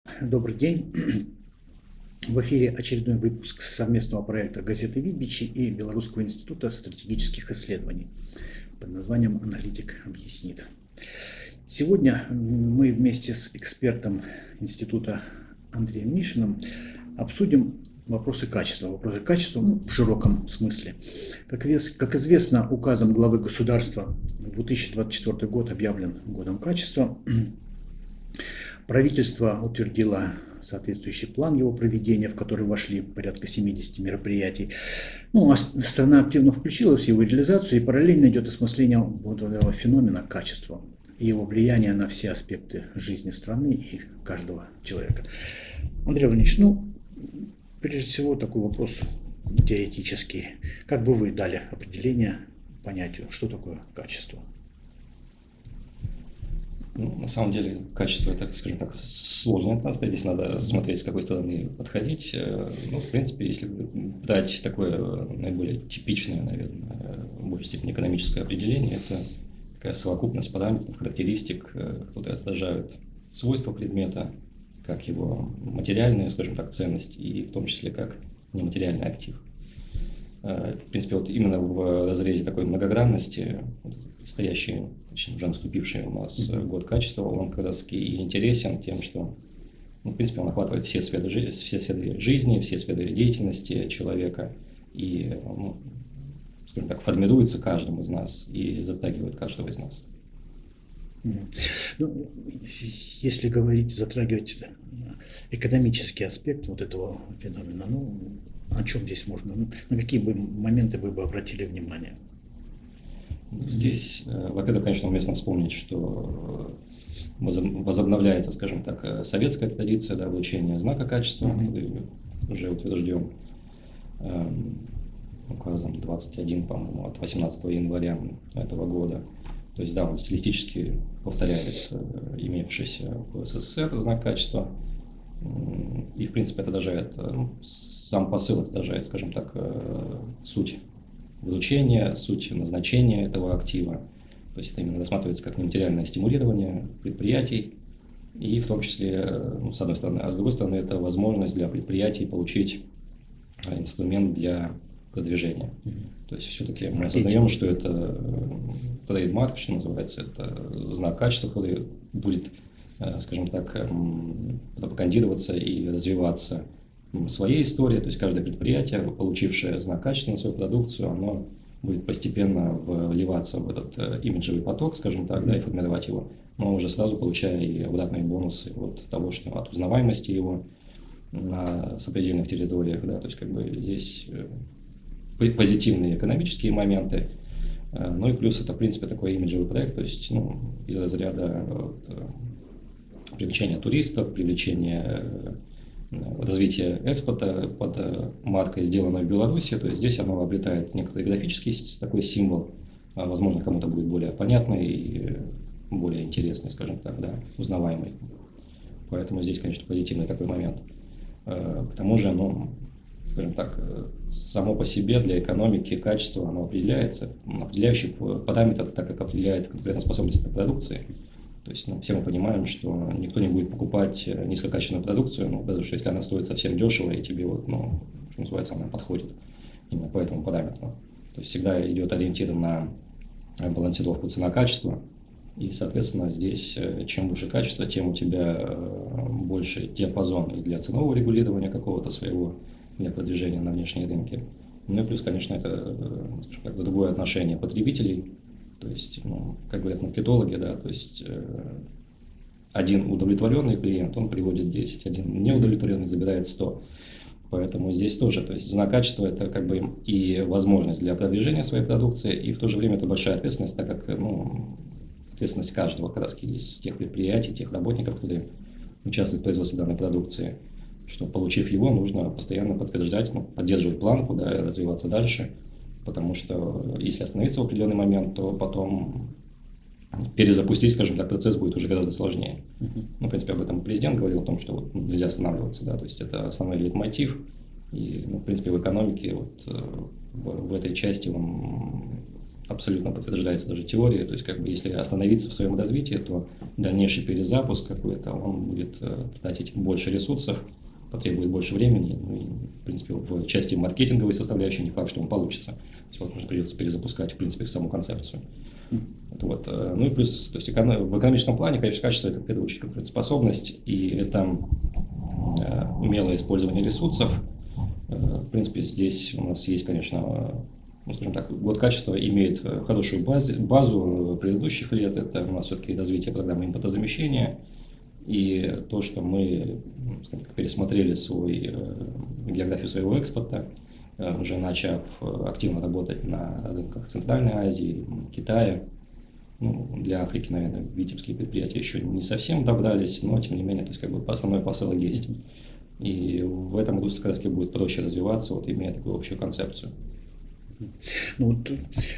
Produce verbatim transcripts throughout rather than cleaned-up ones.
Добрый день. В эфире очередной выпуск совместного проекта газеты «Видбичи» и Белорусского института стратегических исследований под названием «Аналитик объяснит». Сегодня мы вместе с экспертом института Андреем Мишиным обсудим вопросы качества. Вопросы качества ну, в широком смысле. Как, вес, как известно, указом главы государства две тысячи двадцать четвёртый год объявлен годом качества. Правительство утвердило соответствующий план его проведения, в который вошли порядка семидесяти мероприятий. Ну, а страна активно включилась в его реализацию, и параллельно идет осмысление вот этого феномена качества и его влияния на все аспекты жизни страны и каждого человека. Андрей Владимирович, ну, прежде всего такой вопрос теоретический. Как бы вы дали определение понятию, что такое качество? Ну, на самом деле, качество, так скажем так, сложная информация. Здесь надо смотреть, с какой стороны подходить. Ну, в принципе, если дать такое наиболее типичное, наверное, в большей степени экономическое определение, это такая совокупность параметров, характеристик, которые отражают свойства предмета, как его материальная, скажем так, ценность, и в том числе как нематериальный актив. В принципе, вот именно в разрезе такой многогранности предстоящий, точнее, уже наступивший у нас mm-hmm. год качества, он как раз и интересен тем, что, ну, в принципе, он охватывает все сферы, все сферы жизни, все сферы деятельности человека и, ну, скажем так, формируется каждым из нас и затрагивает каждого из нас. Ну, если говорить, затрагивать экономический аспект вот этого феномена, ну, о чем здесь можно, на какие бы моменты вы бы обратили внимание? Здесь, во-первых, конечно, уместно вспомнить, что возобновляется, скажем так, советская традиция, да, вручения знака качества, mm-hmm. уже утвержден указом двадцать один, по-моему, от восемнадцатого января этого года. То есть, да, он стилистически повторяет имевшийся в СССР знак качества. И, в принципе, это отражает, ну, сам посыл отражает, скажем так, суть вручения, суть назначения этого актива. То есть это именно рассматривается как нематериальное стимулирование предприятий, и в том числе, ну, с одной стороны, а с другой стороны, это возможность для предприятий получить инструмент для продвижения. Mm-hmm. То есть все-таки мы осознаем, что это трейдмарк, что называется, это знак качества, который будет, скажем так, пропагандироваться и развиваться своей историей. То есть каждое предприятие, получившее знак качества на свою продукцию, оно будет постепенно вливаться в этот имиджевый поток, скажем так, да, и формировать его, но уже сразу получая и обратные бонусы от того, что от узнаваемости его на сопредельных территориях, да, то есть как бы здесь позитивные экономические моменты. Ну и плюс это, в принципе, такой имиджевый проект, то есть, ну, из разряда вот, привлечения туристов, привлечения развития экспорта под маркой, сделанной в Беларуси. То есть здесь оно обретает некоторый графический такой символ, возможно, кому-то будет более понятный и более интересный, скажем так, да, узнаваемый. Поэтому здесь, конечно, позитивный такой момент. К тому же, ну, скажем так, само по себе для экономики качество оно определяется, определяющий параметр, так как определяет конкурентоспособность этой продукции. То есть, ну, все мы понимаем, что никто не будет покупать низкокачественную продукцию, ну, даже если она стоит совсем дешево и тебе, вот, ну, что называется, она подходит именно по этому параметру. То есть всегда идет ориентир на балансировку цена-качество. И, соответственно, здесь чем выше качество, тем у тебя больше диапазон и для ценового регулирования какого-то своего, для продвижения на внешние рынки. Ну и плюс, конечно, это, скажем так, другое отношение потребителей. То есть, ну, как говорят маркетологи, да, то есть один удовлетворенный клиент, он приводит десять, один неудовлетворенный забирает сто. Поэтому здесь тоже, то есть знак качества – это как бы и возможность для продвижения своей продукции, и в то же время это большая ответственность, так как, ну, ответственность каждого как раз из тех предприятий, тех работников, которые участвуют в производстве данной продукции, что, получив его, нужно постоянно подтверждать, ну, поддерживать планку, да, и развиваться дальше, потому что если остановиться в определенный момент, то потом перезапустить, скажем так, процесс будет уже гораздо сложнее. Uh-huh. Ну, в принципе, об этом президент говорил, о том, что вот, ну, нельзя останавливаться, да, то есть это основной лейтмотив, и, ну, в принципе, в экономике вот, в, в этой части он абсолютно подтверждается даже теорией. То есть, как бы, если остановиться в своем развитии, то дальнейший перезапуск какой-то, он будет тратить больше ресурсов, потребует больше времени. Ну, и, в принципе, в части маркетинговой составляющей не факт, что он получится. То есть, возможно, придется перезапускать, в принципе, саму концепцию. Это вот. Ну и плюс, то есть, эконом... в экономическом плане, конечно, качество – это в первую очередь конкурентоспособность, и это умелое использование ресурсов. В принципе, здесь у нас есть, конечно, ну, скажем так, год качества имеет хорошую базу, базу предыдущих лет. Это у нас все-таки развитие программы импортозамещения. И то, что мы, скажем так, пересмотрели свой, географию своего экспорта, уже начав активно работать на рынках Центральной Азии, Китая. Ну, для Африки, наверное, витебские предприятия еще не совсем добрались, но тем не менее, то есть, как бы, основной посыл есть. И в этом русле как раз будет проще развиваться, вот, имея такую общую концепцию. Ну, вот,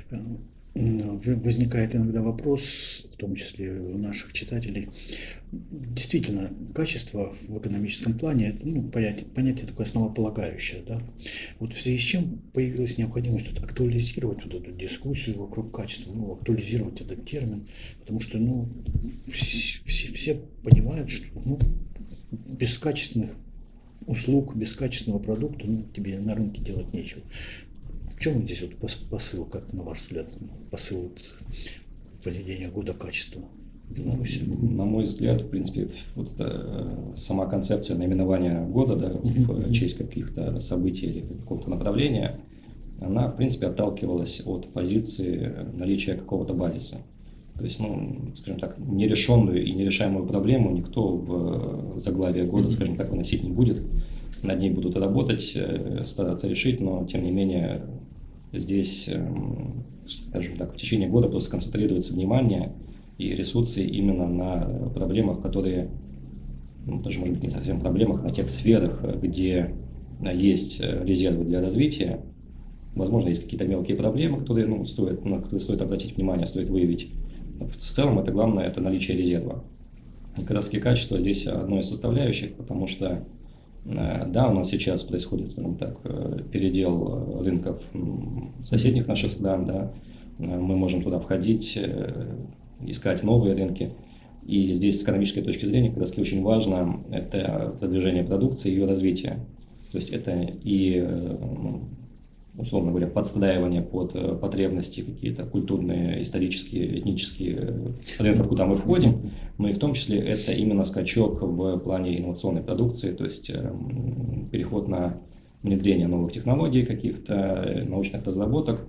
возникает иногда вопрос, в том числе у наших читателей. Действительно, качество в экономическом плане, это, ну, понятие, понятие такое основополагающее. Да? Вот в связи с чем появилась необходимость тут актуализировать вот эту дискуссию вокруг качества, ну, актуализировать этот термин, потому что, ну, все, все понимают, что, ну, без качественных услуг, без качественного продукта, ну, тебе на рынке делать нечего. В чем здесь вот посыл, как на ваш взгляд, посыл вот проведения года качества в Беларуси? На мой взгляд, в принципе, вот эта сама концепция наименования года, да, в честь каких-то событий или какого-то направления, она, в принципе, отталкивалась от позиции наличия какого-то базиса. То есть, ну, скажем так, нерешенную и нерешаемую проблему никто в заглавие года, скажем так, выносить не будет. Над ней будут работать, стараться решить, но, тем не менее, здесь, скажем так, в течение года просто концентрируется внимание и ресурсы именно на проблемах, которые, ну, даже, может быть, не совсем проблемах, на тех сферах, где есть резервы для развития. Возможно, есть какие-то мелкие проблемы, которые, ну, стоит, на которые стоит обратить внимание, стоит выявить. В целом, это главное, это наличие резерва. И как раз качество здесь одно из составляющих, потому что, да, у нас сейчас происходит, скажем так, передел рынков соседних наших стран, да, мы можем туда входить, искать новые рынки. И здесь с экономической точки зрения как раз очень важно это продвижение продукции и ее развитие. То есть это и, условно говоря, подстраивание под потребности какие-то культурные, исторические, этнические рынков, куда мы входим, но и в том числе это именно скачок в плане инновационной продукции, то есть переход на внедрение новых технологий, каких-то научных разработок.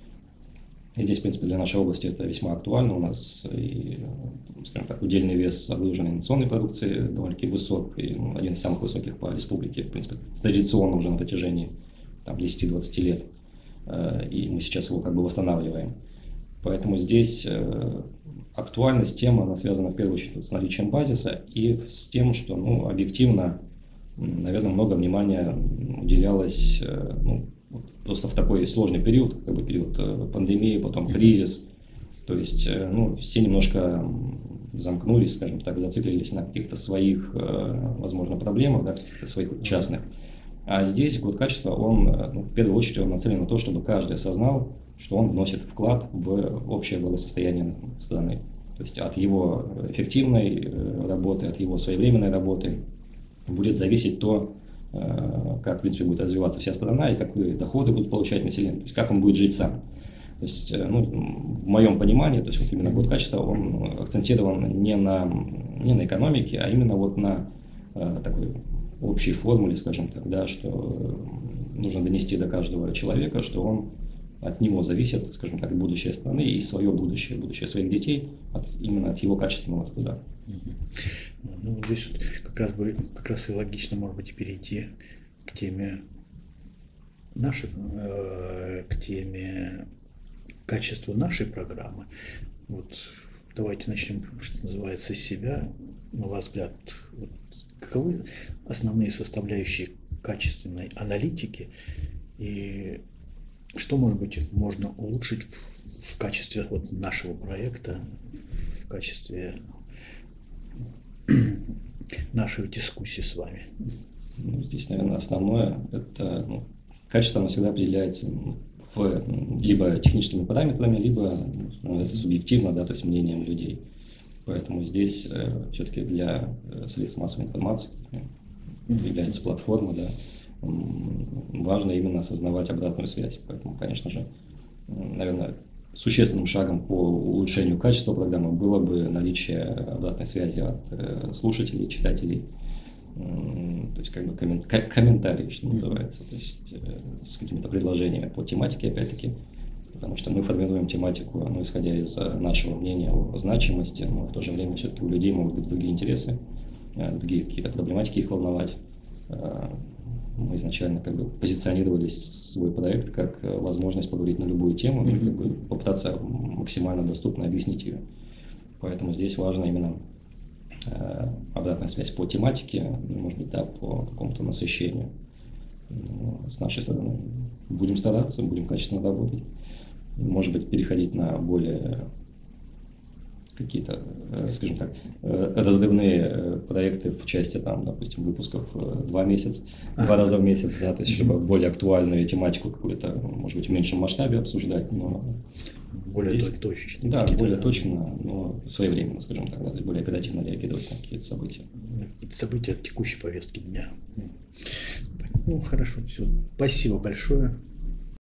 И здесь, в принципе, для нашей области это весьма актуально. У нас, и, скажем так, удельный вес выложенной инновационной продукции довольно-таки высок, и, ну, один из самых высоких по республике, в принципе, традиционно уже на протяжении там, десяти-двадцати лет. И мы сейчас его как бы восстанавливаем. Поэтому здесь актуальность темы, она связана в первую очередь с наличием базиса и с тем, что, ну, объективно, наверное, много внимания уделялось, ну, просто в такой сложный период, как бы период пандемии, потом кризис. То есть, ну, все немножко замкнулись, скажем так, зациклились на каких-то своих, возможно, проблемах, да, каких-то своих частных. А здесь год качества, он, ну, в первую очередь, он нацелен на то, чтобы каждый осознал, что он вносит вклад в общее благосостояние страны. То есть от его эффективной работы, от его своевременной работы будет зависеть то, как, в принципе, будет развиваться вся страна и какие доходы будут получать население, то есть как он будет жить сам. То есть, ну, в моем понимании, то есть вот именно год качества, он акцентирован не на, не на экономике, а именно вот на э, такой общей формуле, скажем так, да, что нужно донести до каждого человека, что он, от него зависит, скажем так, будущее страны и свое будущее, будущее своих детей, от, именно от его качественного труда. Ну, здесь вот как раз, бы, как раз и логично, может быть, перейти к теме нашей, э, к теме качества нашей программы. Вот давайте начнем, что называется, с себя. На ваш взгляд, вот, каковы основные составляющие качественной аналитики и что, может быть, можно улучшить в, в качестве вот нашего проекта, в качестве нашей дискуссии с вами? Ну, здесь, наверное, основное, это, ну, качество, оно всегда определяется в, либо техническими параметрами, либо ну, это субъективно, да, то есть мнением людей. Поэтому здесь э, все-таки для средств массовой информации является платформа, да, важно именно осознавать обратную связь. Поэтому, конечно же, наверное, существенным шагом по улучшению качества программы было бы наличие обратной связи от слушателей, читателей, то есть как бы коммент, комментарии, что называется, то есть с какими-то предложениями по тематике, опять-таки, потому что мы формируем тематику, ну, исходя из нашего мнения о значимости, но в то же время все-таки у людей могут быть другие интересы, другие какие-то проблематики их волновать. Мы изначально как бы позиционировали свой проект как возможность поговорить на любую тему mm-hmm. и как бы попытаться максимально доступно объяснить ее. Поэтому здесь важна именно э, обратная связь по тематике, может быть, да, по какому-то насыщению. Но с нашей стороны будем стараться, будем качественно работать. Может быть, переходить на более какие-то, скажем так, разрывные проекты в части, там, допустим, выпусков два месяца, два а. раза в месяц, да, то есть, чтобы более актуальную тематику какую-то, может быть, в меньшем масштабе обсуждать, но более есть, точечно. Да, более точно, но своевременно, скажем так, да, то есть более оперативно реагировать на какие-то события. Какие-то события текущей повестки дня. Ну, хорошо, все. Спасибо большое.